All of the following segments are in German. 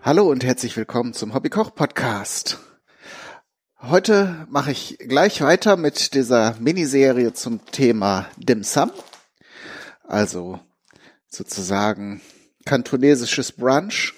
Hallo und herzlich willkommen zum Hobbykoch-Podcast. Heute mache ich gleich weiter mit dieser Miniserie zum Thema Dim Sum, also sozusagen kantonesisches Brunch.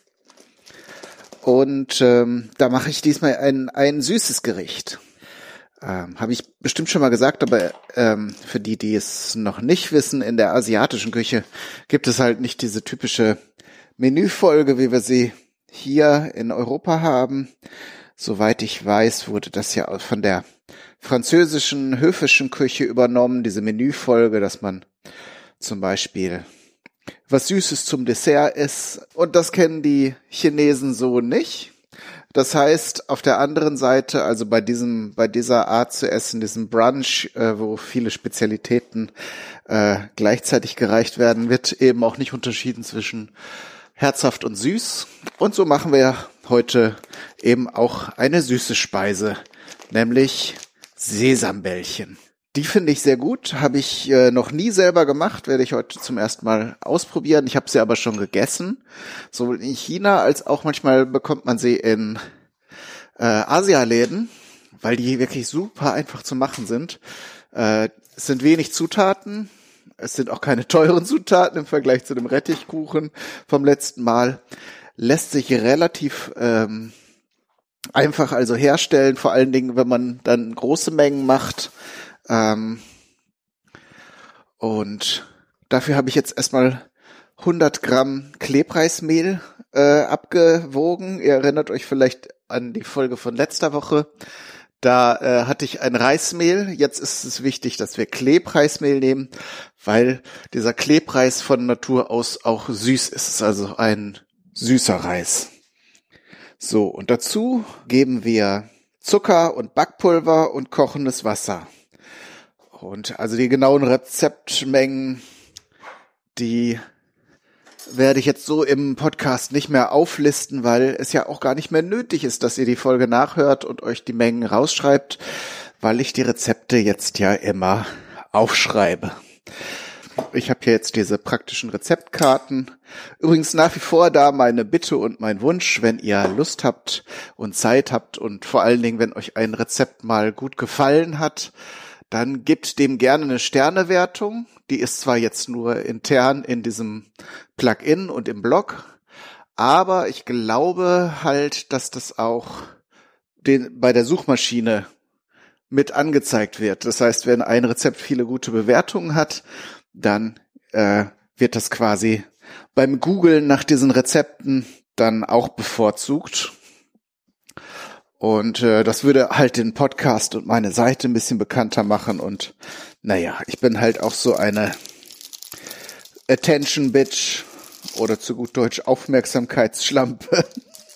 Und da mache ich diesmal ein süßes Gericht. Habe ich bestimmt schon mal gesagt, aber für die es noch nicht wissen, in der asiatischen Küche gibt es halt nicht diese typische Menüfolge, wie wir sie hier in Europa haben. Soweit ich weiß, wurde das ja von der französischen höfischen Küche übernommen, diese Menüfolge, dass man zum Beispiel was Süßes zum Dessert isst. Und das kennen die Chinesen so nicht. Das heißt, auf der anderen Seite, also bei dieser Art zu essen, diesem Brunch, wo viele Spezialitäten gleichzeitig gereicht werden, wird eben auch nicht unterschieden zwischen herzhaft und süß. Und so machen wir heute eben auch eine süße Speise, nämlich Sesambällchen. Die finde ich sehr gut, habe ich noch nie selber gemacht, werde ich heute zum ersten Mal ausprobieren. Ich habe sie aber schon gegessen, sowohl in China als auch manchmal bekommt man sie in Asialäden, weil die wirklich super einfach zu machen sind. Es sind wenig Zutaten, es sind auch keine teuren Zutaten im Vergleich zu dem Rettichkuchen vom letzten Mal. Lässt sich relativ einfach also herstellen, vor allen Dingen, wenn man dann große Mengen macht. Und dafür habe ich jetzt erstmal 100 Gramm Klebreismehl abgewogen. Ihr erinnert euch vielleicht an die Folge von letzter Woche. Da hatte ich ein Reismehl. Jetzt ist es wichtig, dass wir Klebreismehl nehmen, weil dieser Klebreis von Natur aus auch süß ist. Es ist also ein süßer Reis. So, und dazu geben wir Zucker und Backpulver und kochendes Wasser. Und also die genauen Rezeptmengen, die werde ich jetzt so im Podcast nicht mehr auflisten, weil es ja auch gar nicht mehr nötig ist, dass ihr die Folge nachhört und euch die Mengen rausschreibt, weil ich die Rezepte jetzt ja immer aufschreibe. Ich habe hier jetzt diese praktischen Rezeptkarten. Übrigens nach wie vor da meine Bitte und mein Wunsch, wenn ihr Lust habt und Zeit habt und vor allen Dingen, wenn euch ein Rezept mal gut gefallen hat, dann gebt dem gerne eine Sternewertung. Die ist zwar jetzt nur intern in diesem Plugin und im Blog, aber ich glaube halt, dass das auch bei der Suchmaschine mit angezeigt wird. Das heißt, wenn ein Rezept viele gute Bewertungen hat, dann wird das quasi beim Googlen nach diesen Rezepten dann auch bevorzugt. Und das würde halt den Podcast und meine Seite ein bisschen bekannter machen. Und naja, ich bin halt auch so eine Attention-Bitch oder zu gut Deutsch Aufmerksamkeitsschlampe.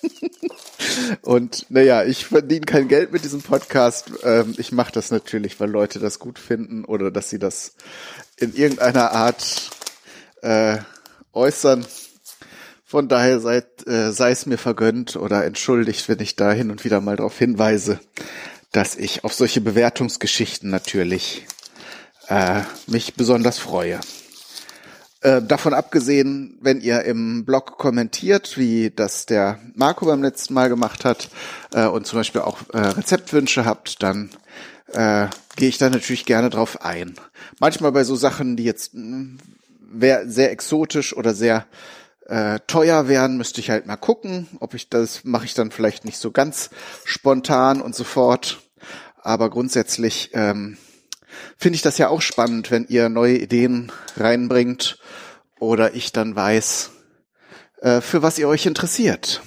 Und naja, ich verdiene kein Geld mit diesem Podcast. Ich mache das natürlich, weil Leute das gut finden oder dass sie das in irgendeiner Art äußern. Von daher sei es mir vergönnt oder entschuldigt, wenn ich da hin und wieder mal darauf hinweise, dass ich auf solche Bewertungsgeschichten natürlich mich besonders freue. Davon abgesehen, wenn ihr im Blog kommentiert, wie das der Marco beim letzten Mal gemacht hat und zum Beispiel auch Rezeptwünsche habt, dann gehe ich da natürlich gerne drauf ein. Manchmal bei so Sachen, die jetzt sehr exotisch oder sehr teuer wären, müsste ich halt mal gucken, mache ich dann vielleicht nicht so ganz spontan und sofort. Aber grundsätzlich finde ich das ja auch spannend, wenn ihr neue Ideen reinbringt oder ich dann weiß, für was ihr euch interessiert.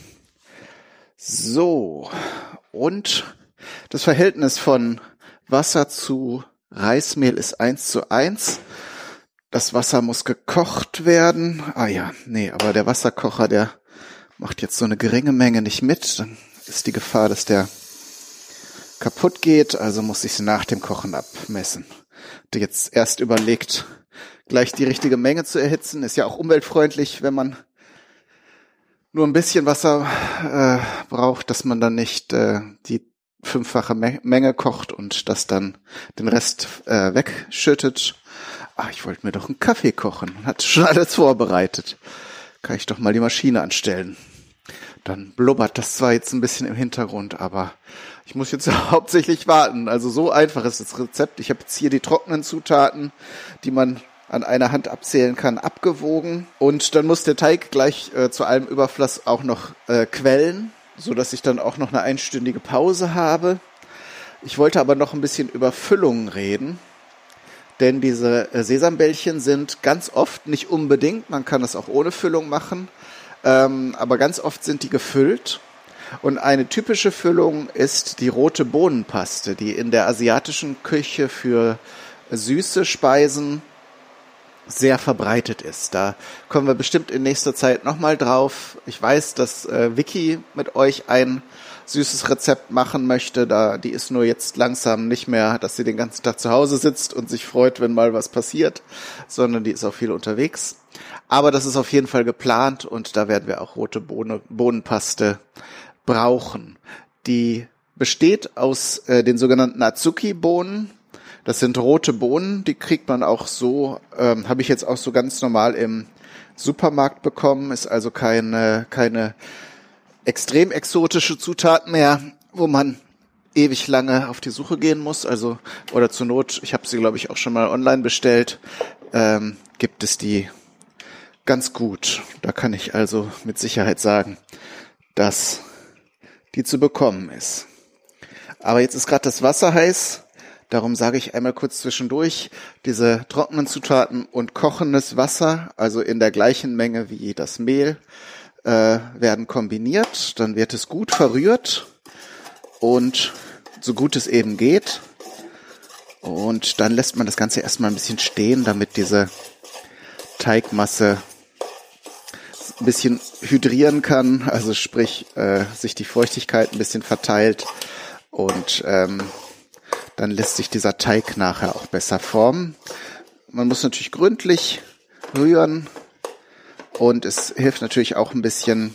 So, und das Verhältnis von Wasser zu Reismehl ist 1:1. Das Wasser muss gekocht werden. Aber der Wasserkocher, der macht jetzt so eine geringe Menge nicht mit. Dann ist die Gefahr, dass der kaputt geht, also muss ich es nach dem Kochen abmessen. Hatte jetzt erst überlegt, gleich die richtige Menge zu erhitzen. Ist ja auch umweltfreundlich, wenn man nur ein bisschen Wasser braucht, dass man dann nicht die 5-fache Menge kocht und das dann den Rest wegschüttet. Ich wollte mir doch einen Kaffee kochen. Hatte schon alles vorbereitet. Kann ich doch mal die Maschine anstellen. Dann blubbert das zwar jetzt ein bisschen im Hintergrund, aber ich muss jetzt hauptsächlich warten. Also so einfach ist das Rezept. Ich habe jetzt hier die trockenen Zutaten, die man an einer Hand abzählen kann, abgewogen. Und dann muss der Teig gleich zu allem Überfluss auch noch quellen, so dass ich dann auch noch eine einstündige Pause habe. Ich wollte aber noch ein bisschen über Füllungen reden, denn diese Sesambällchen sind ganz oft, nicht unbedingt, man kann es auch ohne Füllung machen, aber ganz oft sind die gefüllt. Und eine typische Füllung ist die rote Bohnenpaste, die in der asiatischen Küche für süße Speisen sehr verbreitet ist. Da kommen wir bestimmt in nächster Zeit nochmal drauf. Ich weiß, dass Vicky mit euch ein süßes Rezept machen möchte. Die ist nur jetzt langsam nicht mehr, dass sie den ganzen Tag zu Hause sitzt und sich freut, wenn mal was passiert, sondern die ist auch viel unterwegs. Aber das ist auf jeden Fall geplant und da werden wir auch rote Bohnenpaste brauchen. Die besteht aus den sogenannten Azuki-Bohnen. Das sind rote Bohnen, die kriegt man auch so, habe ich jetzt auch so ganz normal im Supermarkt bekommen, ist also keine extrem exotische Zutat mehr, wo man ewig lange auf die Suche gehen muss, also oder zur Not, ich habe sie glaube ich auch schon mal online bestellt, gibt es die ganz gut. Da kann ich also mit Sicherheit sagen, dass die zu bekommen ist. Aber jetzt ist gerade das Wasser heiß, darum sage ich einmal kurz zwischendurch, diese trockenen Zutaten und kochendes Wasser, also in der gleichen Menge wie das Mehl, werden kombiniert, dann wird es gut verrührt und so gut es eben geht. Und dann lässt man das Ganze erstmal ein bisschen stehen, damit diese Teigmasse ein bisschen hydrieren kann, also sprich sich die Feuchtigkeit ein bisschen verteilt und dann lässt sich dieser Teig nachher auch besser formen. Man muss natürlich gründlich rühren und es hilft natürlich auch ein bisschen,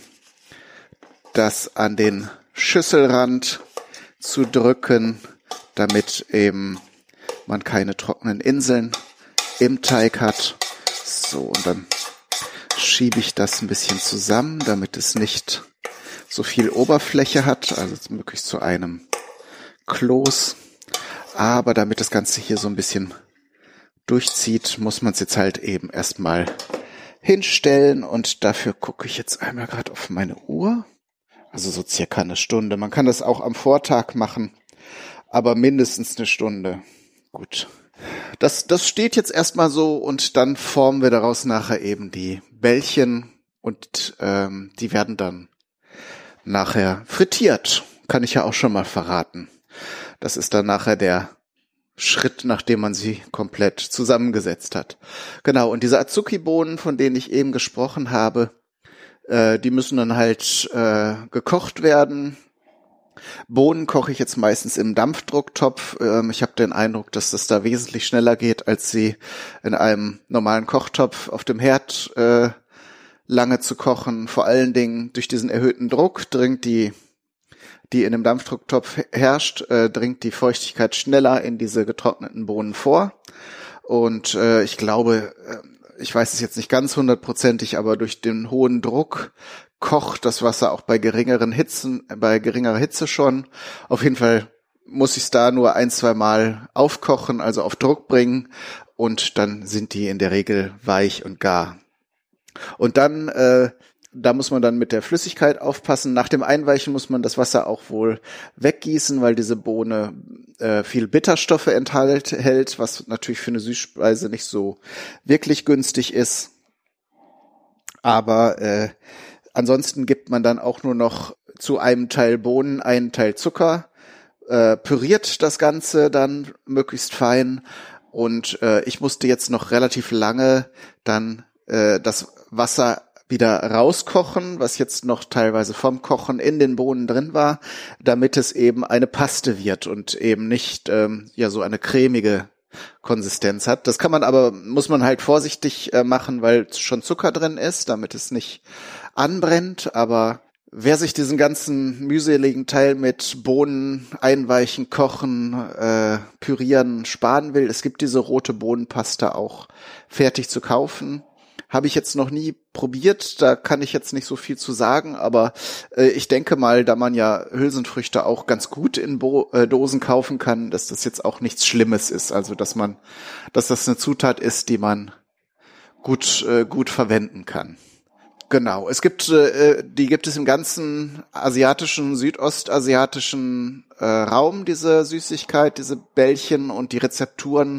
das an den Schüsselrand zu drücken, damit eben man keine trockenen Inseln im Teig hat. So, und dann schiebe ich das ein bisschen zusammen, damit es nicht so viel Oberfläche hat, also möglichst zu einem Kloß. Aber damit das Ganze hier so ein bisschen durchzieht, muss man es jetzt halt eben erstmal hinstellen und dafür gucke ich jetzt einmal gerade auf meine Uhr. Also so circa eine Stunde. Man kann das auch am Vortag machen, aber mindestens eine Stunde. Gut. Das steht jetzt erstmal so und dann formen wir daraus nachher eben die Bällchen und die werden dann nachher frittiert. Kann ich ja auch schon mal verraten. Das ist dann nachher der Schritt, nachdem man sie komplett zusammengesetzt hat. Genau, und diese Azuki-Bohnen, von denen ich eben gesprochen habe, die müssen dann halt gekocht werden. Bohnen koche ich jetzt meistens im Dampfdrucktopf. Ich habe den Eindruck, dass das da wesentlich schneller geht, als sie in einem normalen Kochtopf auf dem Herd lange zu kochen. Vor allen Dingen durch diesen erhöhten Druck dringt die in dem Dampfdrucktopf herrscht, dringt die Feuchtigkeit schneller in diese getrockneten Bohnen vor. Und ich glaube, ich weiß es jetzt nicht ganz hundertprozentig, aber durch den hohen Druck kocht das Wasser auch bei geringerer Hitze schon. Auf jeden Fall muss ich es da nur 1-2 Mal aufkochen, also auf Druck bringen, und dann sind die in der Regel weich und gar. Und dann da muss man dann mit der Flüssigkeit aufpassen. Nach dem Einweichen muss man das Wasser auch wohl weggießen, weil diese Bohne viel Bitterstoffe enthält, was natürlich für eine Süßspeise nicht so wirklich günstig ist. Aber ansonsten gibt man dann auch nur noch zu einem Teil Bohnen einen Teil Zucker, püriert das Ganze dann möglichst fein. Und ich musste jetzt noch relativ lange dann das Wasser wieder rauskochen, was jetzt noch teilweise vom Kochen in den Bohnen drin war, damit es eben eine Paste wird und eben nicht so eine cremige Konsistenz hat. Das muss man halt vorsichtig machen, weil schon Zucker drin ist, damit es nicht anbrennt. Aber wer sich diesen ganzen mühseligen Teil mit Bohnen einweichen, kochen, pürieren sparen will, es gibt diese rote Bohnenpaste auch fertig zu kaufen. Habe ich jetzt noch nie probiert, da kann ich jetzt nicht so viel zu sagen, aber ich denke mal, da man ja Hülsenfrüchte auch ganz gut in Dosen kaufen kann, dass das jetzt auch nichts Schlimmes ist. Also dass das eine Zutat ist, die man gut verwenden kann. Genau, die gibt es im ganzen südostasiatischen Raum, diese Süßigkeit, diese Bällchen, und die Rezepturen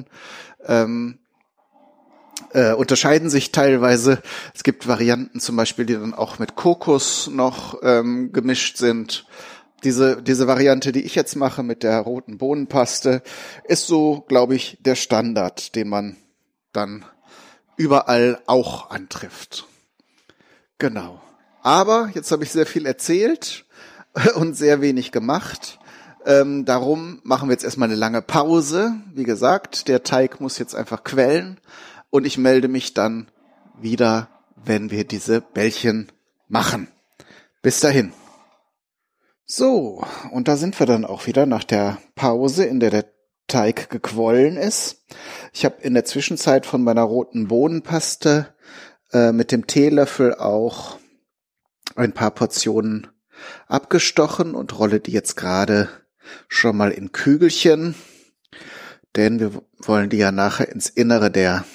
unterscheiden sich teilweise. Es gibt Varianten zum Beispiel, die dann auch mit Kokos noch gemischt sind. Diese Variante, die ich jetzt mache mit der roten Bohnenpaste, ist so, glaube ich, der Standard, den man dann überall auch antrifft. Genau. Aber jetzt habe ich sehr viel erzählt und sehr wenig gemacht. Darum machen wir jetzt erstmal eine lange Pause. Wie gesagt, der Teig muss jetzt einfach quellen und ich melde mich dann wieder, wenn wir diese Bällchen machen. Bis dahin. So, und da sind wir dann auch wieder nach der Pause, in der Teig gequollen ist. Ich habe in der Zwischenzeit von meiner roten Bohnenpaste mit dem Teelöffel auch ein paar Portionen abgestochen und rolle die jetzt gerade schon mal in Kügelchen, denn wir wollen die ja nachher ins Innere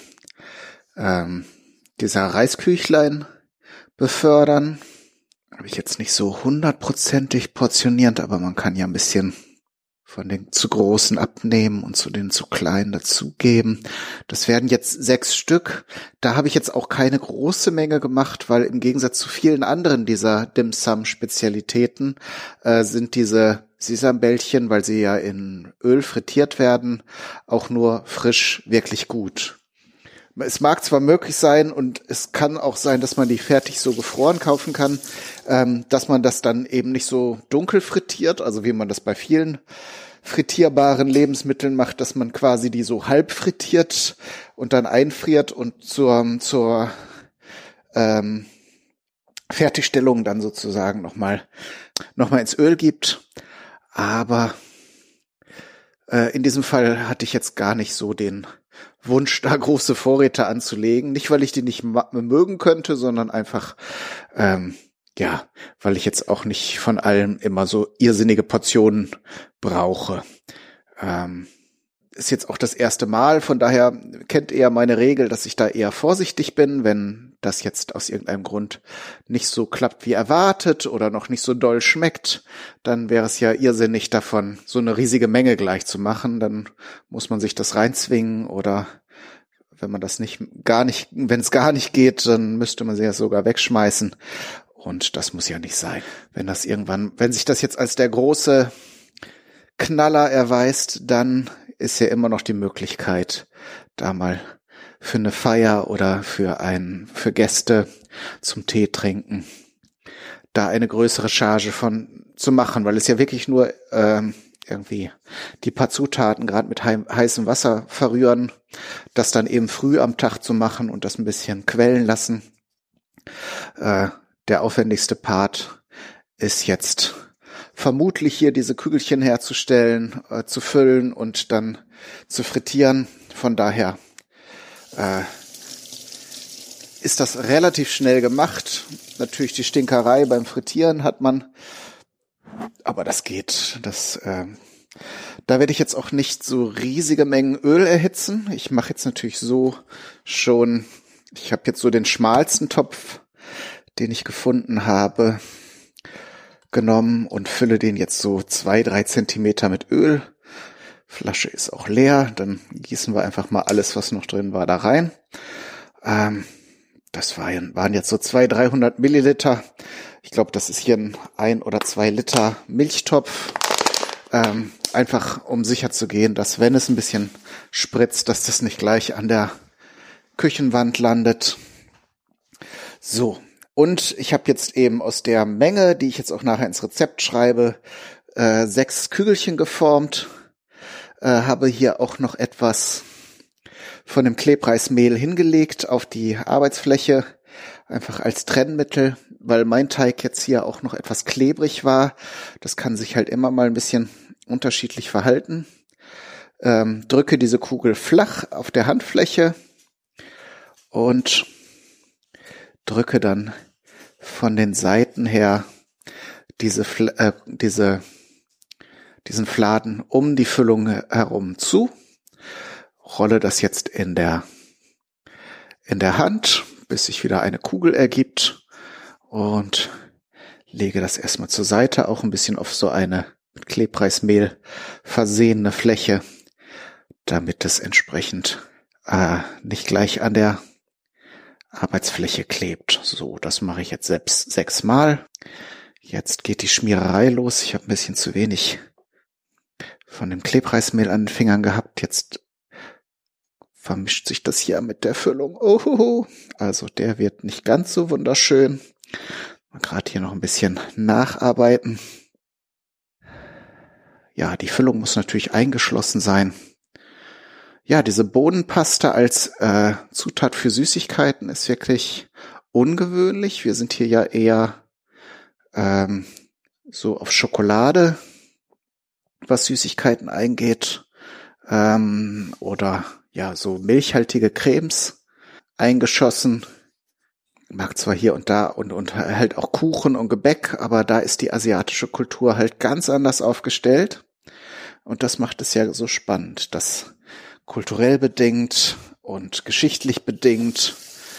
dieser Reisküchlein befördern. Habe ich jetzt nicht so 100%ig portionierend, aber man kann ja ein bisschen von den zu großen abnehmen und zu den zu kleinen dazugeben. Das werden jetzt 6 Stück. Da habe ich jetzt auch keine große Menge gemacht, weil im Gegensatz zu vielen anderen dieser Dim Sum Spezialitäten sind diese Sesambällchen, weil sie ja in Öl frittiert werden, auch nur frisch wirklich gut. Es mag zwar möglich sein und es kann auch sein, dass man die fertig so gefroren kaufen kann, dass man das dann eben nicht so dunkel frittiert, also wie man das bei vielen frittierbaren Lebensmitteln macht, dass man quasi die so halb frittiert und dann einfriert und zur Fertigstellung dann sozusagen nochmal ins Öl gibt. Aber in diesem Fall hatte ich jetzt gar nicht so den Wunsch, da große Vorräte anzulegen. Nicht, weil ich die nicht mögen könnte, sondern einfach, weil ich jetzt auch nicht von allem immer so irrsinnige Portionen brauche. Ist jetzt auch das erste Mal, von daher kennt ihr meine Regel, dass ich da eher vorsichtig bin, wenn das jetzt aus irgendeinem Grund nicht so klappt wie erwartet oder noch nicht so doll schmeckt, dann wäre es ja irrsinnig davon, so eine riesige Menge gleich zu machen, dann muss man sich das reinzwingen oder wenn es gar nicht geht, dann müsste man sie ja sogar wegschmeißen und das muss ja nicht sein. Wenn sich das jetzt als der große Knaller erweist, dann ist ja immer noch die Möglichkeit, da mal für eine Feier oder für Gäste zum Tee trinken, da eine größere Charge von zu machen, weil es ja wirklich nur irgendwie die paar Zutaten gerade mit heißem Wasser verrühren, das dann eben früh am Tag zu machen und das ein bisschen quellen lassen. Der aufwendigste Part ist jetzt vermutlich hier diese Kügelchen herzustellen, zu füllen und dann zu frittieren. Von daher ist das relativ schnell gemacht. Natürlich die Stinkerei beim Frittieren hat man, aber das geht. Da werde ich jetzt auch nicht so riesige Mengen Öl erhitzen. Ich mache jetzt natürlich ich habe jetzt so den schmalsten Topf, den ich gefunden habe, genommen und fülle den jetzt so 2-3 Zentimeter mit Öl. Flasche ist auch leer, dann gießen wir einfach mal alles, was noch drin war, da rein. Das waren jetzt so 200-300 Milliliter. Ich glaube, das ist hier ein 1 oder 2 Liter Milchtopf. Einfach um sicher zu gehen, dass wenn es ein bisschen spritzt, dass das nicht gleich an der Küchenwand landet. So. Und ich habe jetzt eben aus der Menge, die ich jetzt auch nachher ins Rezept schreibe, 6 Kügelchen geformt. Habe hier auch noch etwas von dem Klebreismehl hingelegt auf die Arbeitsfläche, einfach als Trennmittel, weil mein Teig jetzt hier auch noch etwas klebrig war. Das kann sich halt immer mal ein bisschen unterschiedlich verhalten. Drücke diese Kugel flach auf der Handfläche und drücke dann von den Seiten her diesen Fladen um die Füllung herum zu, rolle das jetzt in der Hand, bis sich wieder eine Kugel ergibt und lege das erstmal zur Seite, auch ein bisschen auf so eine mit Klebreismehl versehene Fläche, damit es entsprechend nicht gleich an der Arbeitsfläche klebt. So, das mache ich jetzt 6 Mal. Jetzt geht die Schmiererei los. Ich habe ein bisschen zu wenig von dem Klebreismehl an den Fingern gehabt. Jetzt vermischt sich das hier mit der Füllung. Oh, also der wird nicht ganz so wunderschön. Gerade hier noch ein bisschen nacharbeiten. Ja, die Füllung muss natürlich eingeschlossen sein. Ja, diese Bohnenpaste als Zutat für Süßigkeiten ist wirklich ungewöhnlich. Wir sind hier ja eher so auf Schokolade, was Süßigkeiten eingeht, oder ja, so milchhaltige Cremes eingeschossen. Mag zwar hier und da und halt auch Kuchen und Gebäck, aber da ist die asiatische Kultur halt ganz anders aufgestellt. Und das macht es ja so spannend, dass kulturell bedingt und geschichtlich bedingt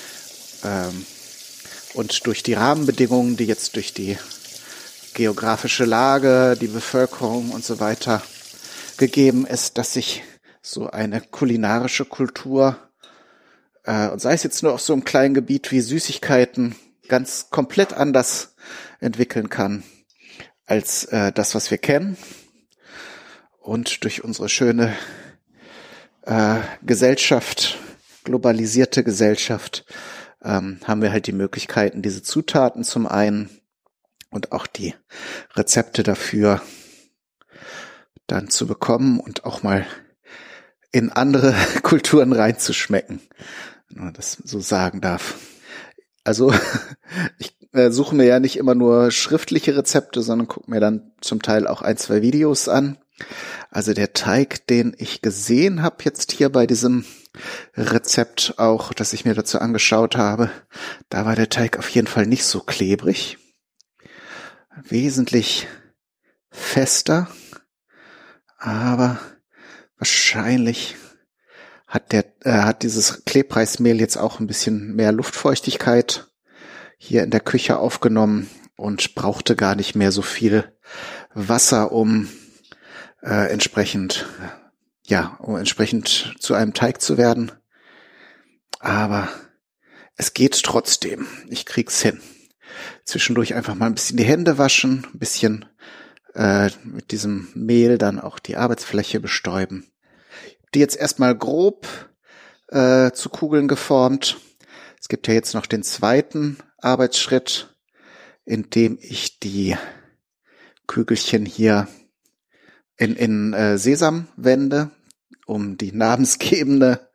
und durch die Rahmenbedingungen, die jetzt durch die geografische Lage, die Bevölkerung und so weiter gegeben ist, dass sich so eine kulinarische Kultur, und sei es jetzt nur auf so einem kleinen Gebiet wie Süßigkeiten, ganz komplett anders entwickeln kann als das, was wir kennen. Und durch unsere schöne Gesellschaft, globalisierte Gesellschaft, haben wir halt die Möglichkeiten, diese Zutaten zum einen und auch die Rezepte dafür dann zu bekommen und auch mal in andere Kulturen reinzuschmecken, wenn man das so sagen darf. Also ich suche mir ja nicht immer nur schriftliche Rezepte, sondern gucke mir dann zum Teil auch 1, 2 Videos an. Also der Teig, den ich gesehen habe jetzt hier bei diesem Rezept auch, das ich mir dazu angeschaut habe, da war der Teig auf jeden Fall nicht so klebrig. Wesentlich fester, aber wahrscheinlich hat dieses Klebreismehl jetzt auch ein bisschen mehr Luftfeuchtigkeit hier in der Küche aufgenommen und brauchte gar nicht mehr so viel Wasser, um entsprechend zu einem Teig zu werden. Aber es geht trotzdem. Ich krieg's hin. Zwischendurch einfach mal ein bisschen die Hände waschen, ein bisschen mit diesem Mehl dann auch die Arbeitsfläche bestäuben. Die jetzt erstmal grob zu Kugeln geformt. Es gibt ja jetzt noch den zweiten Arbeitsschritt, in dem ich die Kügelchen hier in Sesam wende, um die namensgebende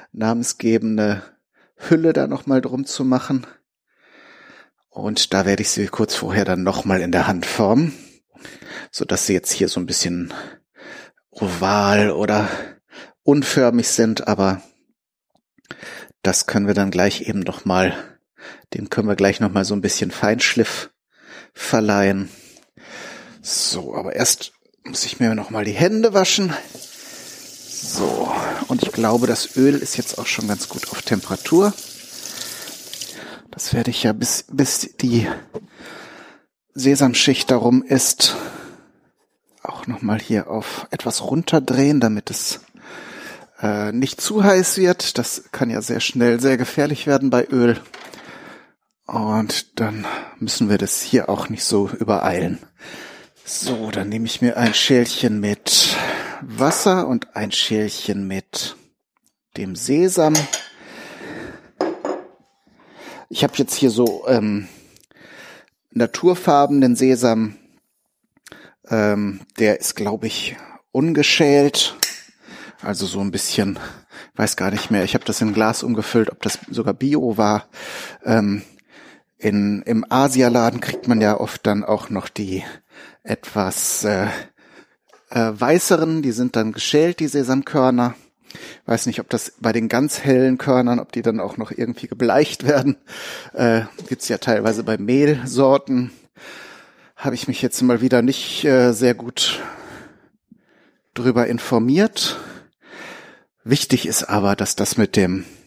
Hülle da nochmal drum zu machen. Und da werde ich sie kurz vorher dann nochmal in der Hand formen, sodass sie jetzt hier so ein bisschen oval oder unförmig sind, aber das können wir dann gleich eben dem können wir gleich nochmal so ein bisschen Feinschliff verleihen. So, aber erst muss ich mir nochmal die Hände waschen. So, und ich glaube, das Öl ist jetzt auch schon ganz gut auf Temperatur. Das werde ich ja bis die Sesamschicht darum ist, auch nochmal hier auf etwas runterdrehen, damit es nicht zu heiß wird. Das kann ja sehr schnell sehr gefährlich werden bei Öl. Und dann müssen wir das hier auch nicht so übereilen. So, dann nehme ich mir ein Schälchen mit Wasser und ein Schälchen mit dem Sesam. Ich habe jetzt hier so naturfarbenen Sesam. Der ist, glaube ich, ungeschält. Also so ein bisschen, weiß gar nicht mehr. Ich habe das in ein Glas umgefüllt, ob das sogar Bio war. Im Asialaden kriegt man ja oft dann auch noch die etwas weißeren, die sind dann geschält, die Sesamkörner. Weiß nicht, ob das bei den ganz hellen Körnern, ob die dann auch noch irgendwie gebleicht werden. Gibt's ja teilweise bei Mehlsorten. Habe ich mich jetzt mal wieder nicht sehr gut drüber informiert. Wichtig ist aber, dass das mit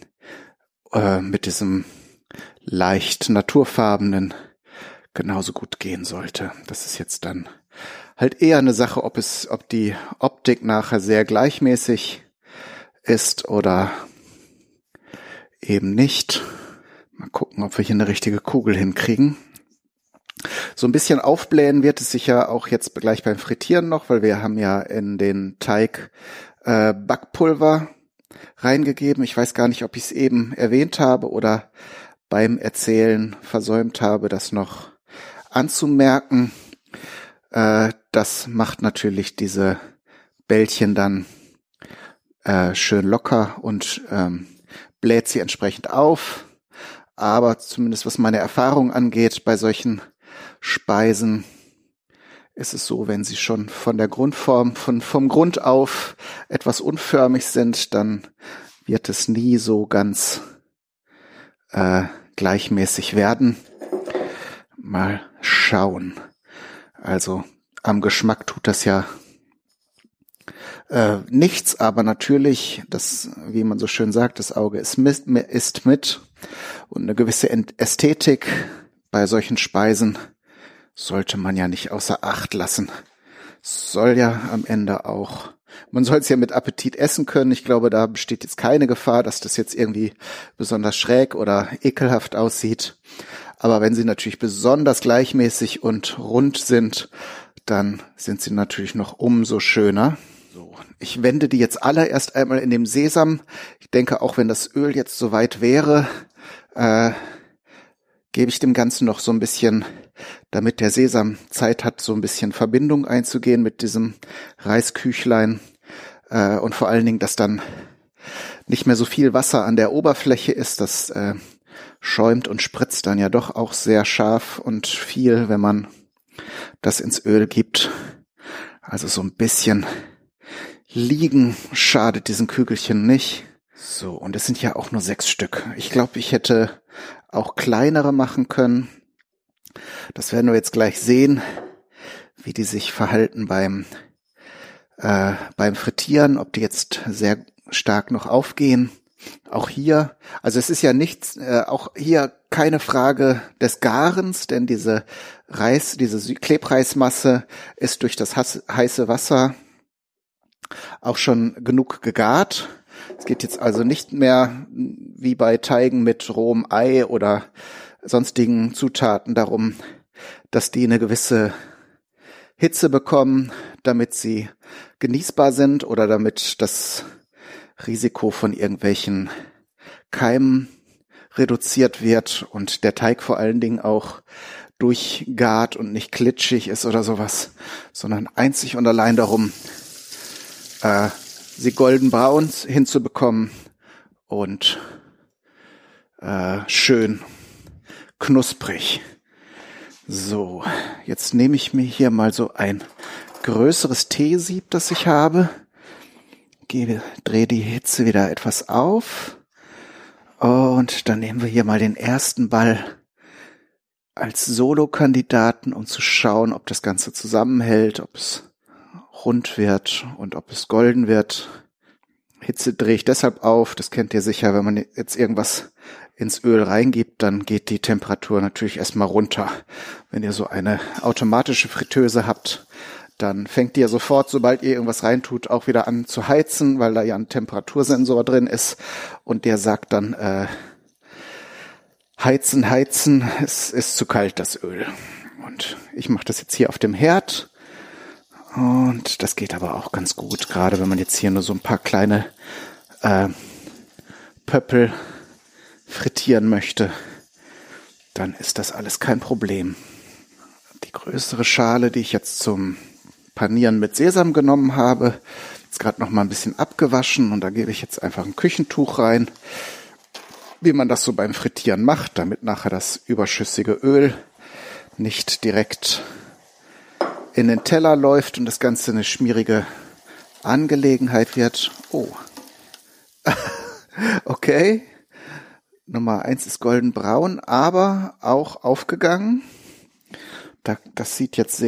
diesem leicht naturfarbenen genauso gut gehen sollte. Das ist jetzt dann halt eher eine Sache, ob die Optik nachher sehr gleichmäßig ist oder eben nicht. Mal gucken, ob wir hier eine richtige Kugel hinkriegen. So ein bisschen aufblähen wird es sicher auch jetzt gleich beim Frittieren noch, weil wir haben ja in den Teig Backpulver reingegeben. Ich weiß gar nicht, ob ich es eben erwähnt habe oder beim Erzählen versäumt habe, das noch anzumerken. Das macht natürlich diese Bällchen dann schön locker und bläht sie entsprechend auf. Aber zumindest was meine Erfahrung angeht, bei solchen Speisen ist es so, wenn sie schon von der Grundform, vom Grund auf etwas unförmig sind, dann wird es nie so ganz gleichmäßig werden. Mal schauen. Also am Geschmack tut das ja nichts, aber natürlich, das, wie man so schön sagt, das Auge isst mit und eine gewisse Ästhetik bei solchen Speisen sollte man ja nicht außer Acht lassen. Soll ja am Ende auch, man soll es ja mit Appetit essen können. Ich glaube, da besteht jetzt keine Gefahr, dass das jetzt irgendwie besonders schräg oder ekelhaft aussieht. Aber wenn sie natürlich besonders gleichmäßig und rund sind, dann sind sie natürlich noch umso schöner. So, ich wende die jetzt alle erst einmal in dem Sesam. Ich denke, auch wenn das Öl jetzt soweit wäre, gebe ich dem Ganzen noch so ein bisschen, damit der Sesam Zeit hat, so ein bisschen Verbindung einzugehen mit diesem Reisküchlein. Und vor allen Dingen, dass dann nicht mehr so viel Wasser an der Oberfläche ist. Das schäumt und spritzt dann ja doch auch sehr scharf und viel, wenn man das ins Öl gibt. Also so ein bisschen liegen schadet diesen Kügelchen nicht. So, und es sind ja auch nur 6 Stück. Ich glaube, ich hätte auch kleinere machen können. Das werden wir jetzt gleich sehen, wie die sich verhalten beim Frittieren, ob die jetzt sehr stark noch aufgehen. Auch hier, also es ist ja nichts, auch hier keine Frage des Garens, denn diese Klebreismasse ist durch das heiße Wasser auch schon genug gegart. Es geht jetzt also nicht mehr wie bei Teigen mit rohem Ei oder sonstigen Zutaten darum, dass die eine gewisse Hitze bekommen, damit sie genießbar sind oder damit das Risiko von irgendwelchen Keimen reduziert wird und der Teig vor allen Dingen auch durchgart und nicht klitschig ist oder sowas, sondern einzig und allein darum, sie goldenbraun hinzubekommen und schön knusprig. So, jetzt nehme ich mir hier mal so ein größeres Teesieb, das ich habe. Drehe die Hitze wieder etwas auf. Und dann nehmen wir hier mal den ersten Ball als Solo-Kandidaten, um zu schauen, ob das Ganze zusammenhält, ob es rund wird und ob es golden wird. Hitze drehe ich deshalb auf, das kennt ihr sicher, wenn man jetzt irgendwas ins Öl reingibt, dann geht die Temperatur natürlich erstmal runter. Wenn ihr so eine automatische Fritteuse habt, dann fängt die ja sofort, sobald ihr irgendwas reintut, auch wieder an zu heizen, weil da ja ein Temperatursensor drin ist und der sagt dann, heizen, es ist zu kalt, das Öl. Und ich mache das jetzt hier auf dem Herd und das geht aber auch ganz gut, gerade wenn man jetzt hier nur so ein paar kleine Pöppel frittieren möchte, dann ist das alles kein Problem. Die größere Schale, die ich jetzt zum Panieren mit Sesam genommen habe, ist gerade noch mal ein bisschen abgewaschen und da gebe ich jetzt einfach ein Küchentuch rein, wie man das so beim Frittieren macht, damit nachher das überschüssige Öl nicht direkt in den Teller läuft und das Ganze eine schmierige Angelegenheit wird. Oh, Okay. Nummer 1 ist goldenbraun, aber auch aufgegangen. Das sieht jetzt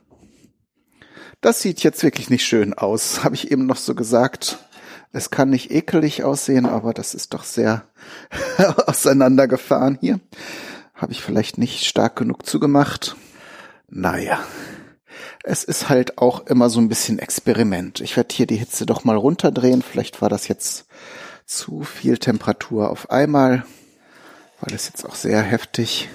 wirklich nicht schön aus. Habe ich eben noch so gesagt. Es kann nicht ekelig aussehen, aber das ist doch sehr auseinandergefahren hier. Habe ich vielleicht nicht stark genug zugemacht. Naja, es ist halt auch immer so ein bisschen Experiment. Ich werde hier die Hitze doch mal runterdrehen. Vielleicht war das jetzt zu viel Temperatur auf einmal, weil es jetzt auch sehr heftig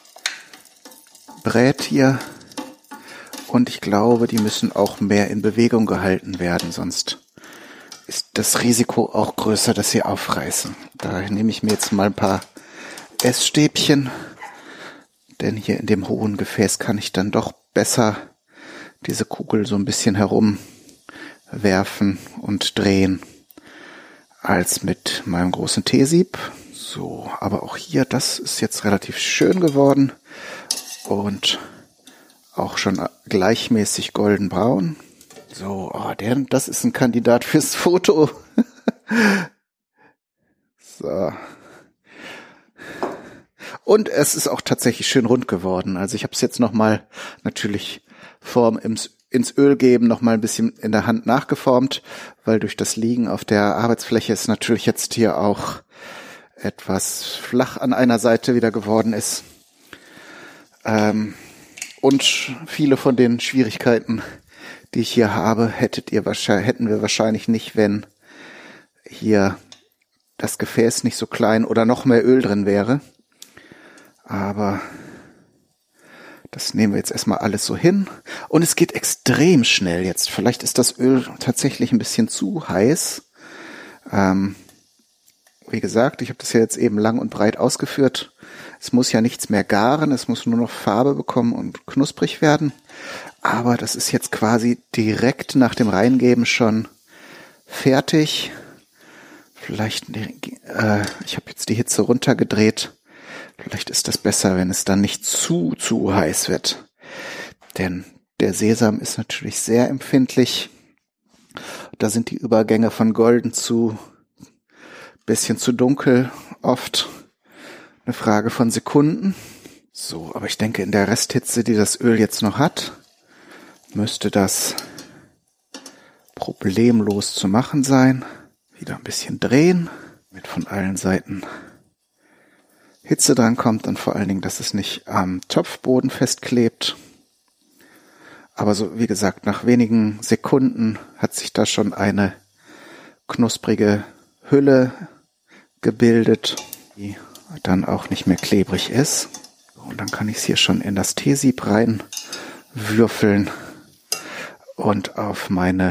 brät hier. Und ich glaube, die müssen auch mehr in Bewegung gehalten werden, sonst ist das Risiko auch größer, dass sie aufreißen. Daher nehme ich mir jetzt mal ein paar Essstäbchen, denn hier in dem hohen Gefäß kann ich dann doch besser diese Kugel so ein bisschen herumwerfen und drehen als mit meinem großen Teesieb. So, aber auch hier, das ist jetzt relativ schön geworden und auch schon gleichmäßig goldenbraun. So, das ist ein Kandidat fürs Foto. So. Und es ist auch tatsächlich schön rund geworden. Also ich habe es jetzt nochmal natürlich ins Öl geben nochmal ein bisschen in der Hand nachgeformt, weil durch das Liegen auf der Arbeitsfläche es natürlich jetzt hier auch etwas flach an einer Seite wieder geworden ist. Und viele von den Schwierigkeiten, die ich hier habe, hätten wir wahrscheinlich nicht, wenn hier das Gefäß nicht so klein oder noch mehr Öl drin wäre. Aber das nehmen wir jetzt erstmal alles so hin. Und es geht extrem schnell jetzt. Vielleicht ist das Öl tatsächlich ein bisschen zu heiß. Wie gesagt, ich habe das ja jetzt eben lang und breit ausgeführt. Es muss ja nichts mehr garen, es muss nur noch Farbe bekommen und knusprig werden. Aber das ist jetzt quasi direkt nach dem Reingeben schon fertig. Vielleicht, ich habe jetzt die Hitze runtergedreht. Vielleicht ist das besser, wenn es dann nicht zu heiß wird. Denn der Sesam ist natürlich sehr empfindlich. Da sind die Übergänge von golden zu bisschen zu dunkel oft eine Frage von Sekunden. So, aber ich denke, in der Resthitze, die das Öl jetzt noch hat, müsste das problemlos zu machen sein. Wieder ein bisschen drehen, damit von allen Seiten Hitze dran kommt und vor allen Dingen, dass es nicht am Topfboden festklebt. Aber so, wie gesagt, nach wenigen Sekunden hat sich da schon eine knusprige Hülle gebildet, die dann auch nicht mehr klebrig ist. Und dann kann ich es hier schon in das Teesieb reinwürfeln und auf meine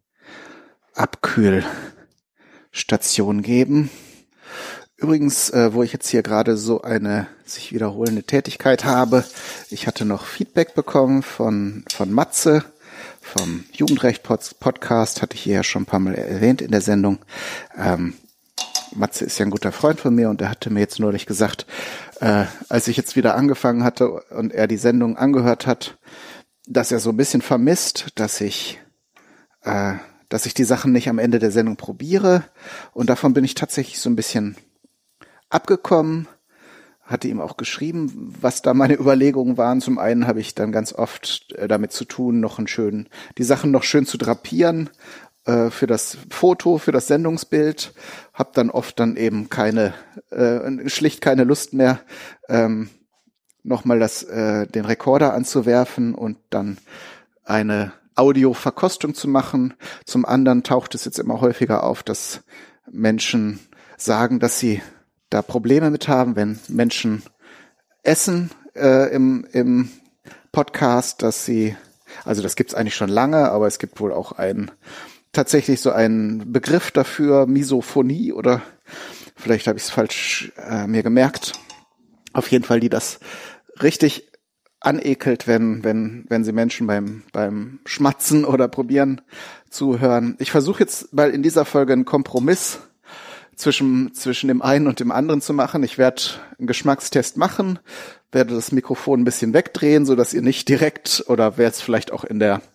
Abkühlstation geben. Übrigens, wo ich jetzt hier gerade so eine sich wiederholende Tätigkeit habe, ich hatte noch Feedback bekommen von Matze, vom Jugendrecht-Podcast, hatte ich hier ja schon ein paar Mal erwähnt in der Sendung. Matze ist ja ein guter Freund von mir und er hatte mir jetzt neulich gesagt, als ich jetzt wieder angefangen hatte und er die Sendung angehört hat, dass er so ein bisschen vermisst, dass ich die Sachen nicht am Ende der Sendung probiere, und davon bin ich tatsächlich so ein bisschen abgekommen, hatte ihm auch geschrieben, was da meine Überlegungen waren. Zum einen habe ich dann ganz oft damit zu tun, die Sachen noch schön zu drapieren für das Foto, für das Sendungsbild, habe dann oft dann eben schlicht keine Lust mehr, nochmal den Rekorder anzuwerfen und dann eine Audioverkostung zu machen. Zum anderen taucht es jetzt immer häufiger auf, dass Menschen sagen, dass sie da Probleme mit haben, wenn Menschen essen im Podcast, also das gibt's eigentlich schon lange, aber es gibt wohl auch tatsächlich so einen Begriff dafür, Misophonie, oder vielleicht habe ich es falsch mir gemerkt. Auf jeden Fall, die das richtig anekelt, wenn sie Menschen beim Schmatzen oder Probieren zuhören. Ich versuche jetzt mal in dieser Folge einen Kompromiss zwischen dem einen und dem anderen zu machen. Ich werde einen Geschmackstest machen, werde das Mikrofon ein bisschen wegdrehen, so dass ihr nicht direkt, oder wer es vielleicht auch in der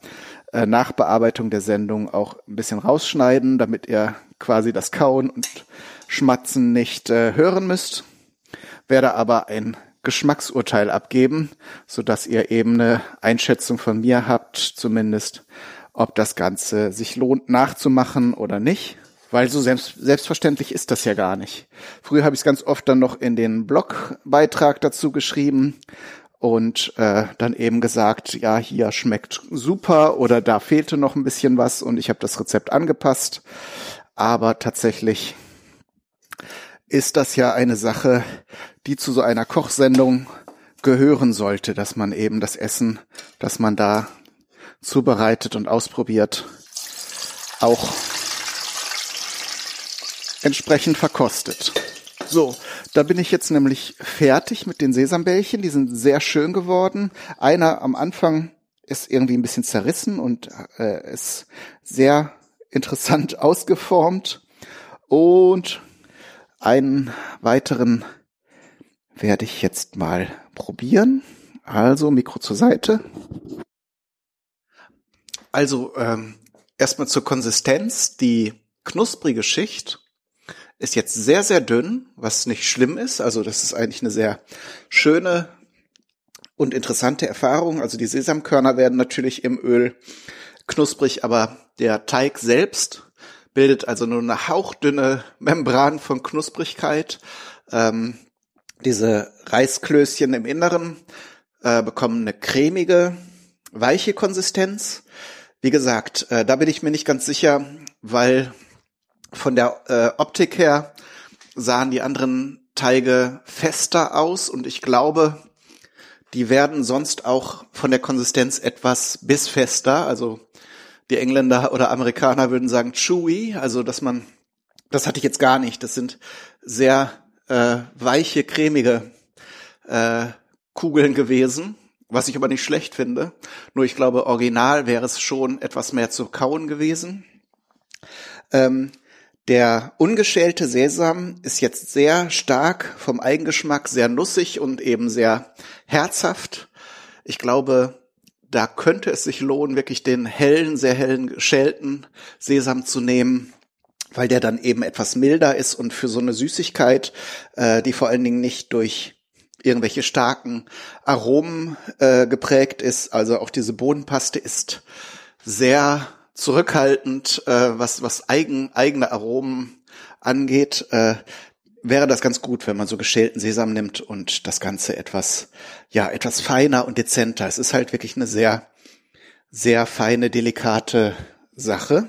Nachbearbeitung der Sendung auch ein bisschen rausschneiden, damit ihr quasi das Kauen und Schmatzen nicht hören müsst. Werde aber ein Geschmacksurteil abgeben, sodass ihr eben eine Einschätzung von mir habt, zumindest, ob das Ganze sich lohnt nachzumachen oder nicht. Weil so selbstverständlich ist das ja gar nicht. Früher habe ich es ganz oft dann noch in den Blogbeitrag dazu geschrieben und dann eben gesagt, ja, hier schmeckt super oder da fehlte noch ein bisschen was und ich habe das Rezept angepasst. Aber tatsächlich ist das ja eine Sache, die zu so einer Kochsendung gehören sollte, dass man eben das Essen, das man da zubereitet und ausprobiert, auch entsprechend verkostet. So, da bin ich jetzt nämlich fertig mit den Sesambällchen. Die sind sehr schön geworden. Einer am Anfang ist irgendwie ein bisschen zerrissen und ist sehr interessant ausgeformt. Und einen weiteren werde ich jetzt mal probieren. Also Mikro zur Seite. Also erstmal zur Konsistenz. Die knusprige Schicht ist jetzt sehr, sehr dünn, was nicht schlimm ist. Also das ist eigentlich eine sehr schöne und interessante Erfahrung. Also die Sesamkörner werden natürlich im Öl knusprig, aber der Teig selbst bildet also nur eine hauchdünne Membran von Knusprigkeit. Diese Reisklößchen im Inneren bekommen eine cremige, weiche Konsistenz. Wie gesagt, da bin ich mir nicht ganz sicher, weil von der Optik her sahen die anderen Teige fester aus und ich glaube, die werden sonst auch von der Konsistenz etwas bissfester. Also die Engländer oder Amerikaner würden sagen chewy, also das hatte ich jetzt gar nicht. Das sind sehr weiche, cremige Kugeln gewesen, was ich aber nicht schlecht finde. Nur ich glaube, original wäre es schon etwas mehr zu kauen gewesen. Der ungeschälte Sesam ist jetzt sehr stark vom Eigengeschmack, sehr nussig und eben sehr herzhaft. Ich glaube, da könnte es sich lohnen, wirklich den hellen, sehr hellen geschälten Sesam zu nehmen, weil der dann eben etwas milder ist und für so eine Süßigkeit, die vor allen Dingen nicht durch irgendwelche starken Aromen geprägt ist. Also auch diese Bohnenpaste ist sehr zurückhaltend, was eigene Aromen angeht, wäre das ganz gut, wenn man so geschälten Sesam nimmt und das Ganze etwas feiner und dezenter. Es ist halt wirklich eine sehr, sehr feine, delikate Sache.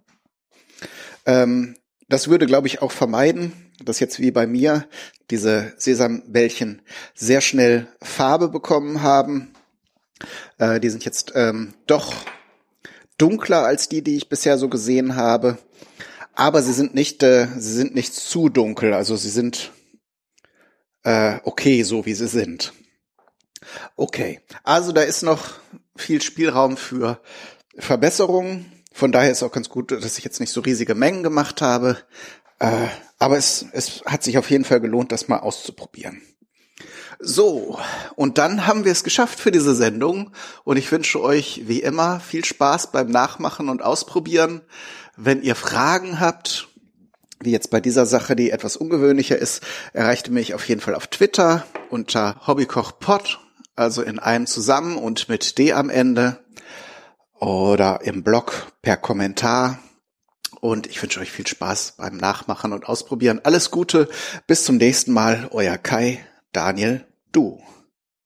Das würde, glaube ich, auch vermeiden, dass jetzt wie bei mir diese Sesambällchen sehr schnell Farbe bekommen haben. Die sind jetzt doch dunkler als die ich bisher so gesehen habe, aber sie sind nicht zu dunkel, also sie sind okay, so wie sie sind. Okay, also da ist noch viel Spielraum für Verbesserungen, von daher ist auch ganz gut, dass ich jetzt nicht so riesige Mengen gemacht habe, aber es hat sich auf jeden Fall gelohnt, das mal auszuprobieren. So, und dann haben wir es geschafft für diese Sendung und ich wünsche euch wie immer viel Spaß beim Nachmachen und Ausprobieren. Wenn ihr Fragen habt, wie jetzt bei dieser Sache, die etwas ungewöhnlicher ist, erreicht ihr mich auf jeden Fall auf Twitter unter hobbykochpod, also in einem zusammen und mit D am Ende, oder im Blog per Kommentar. Und ich wünsche euch viel Spaß beim Nachmachen und Ausprobieren. Alles Gute, bis zum nächsten Mal, euer Kai, Daniel, du.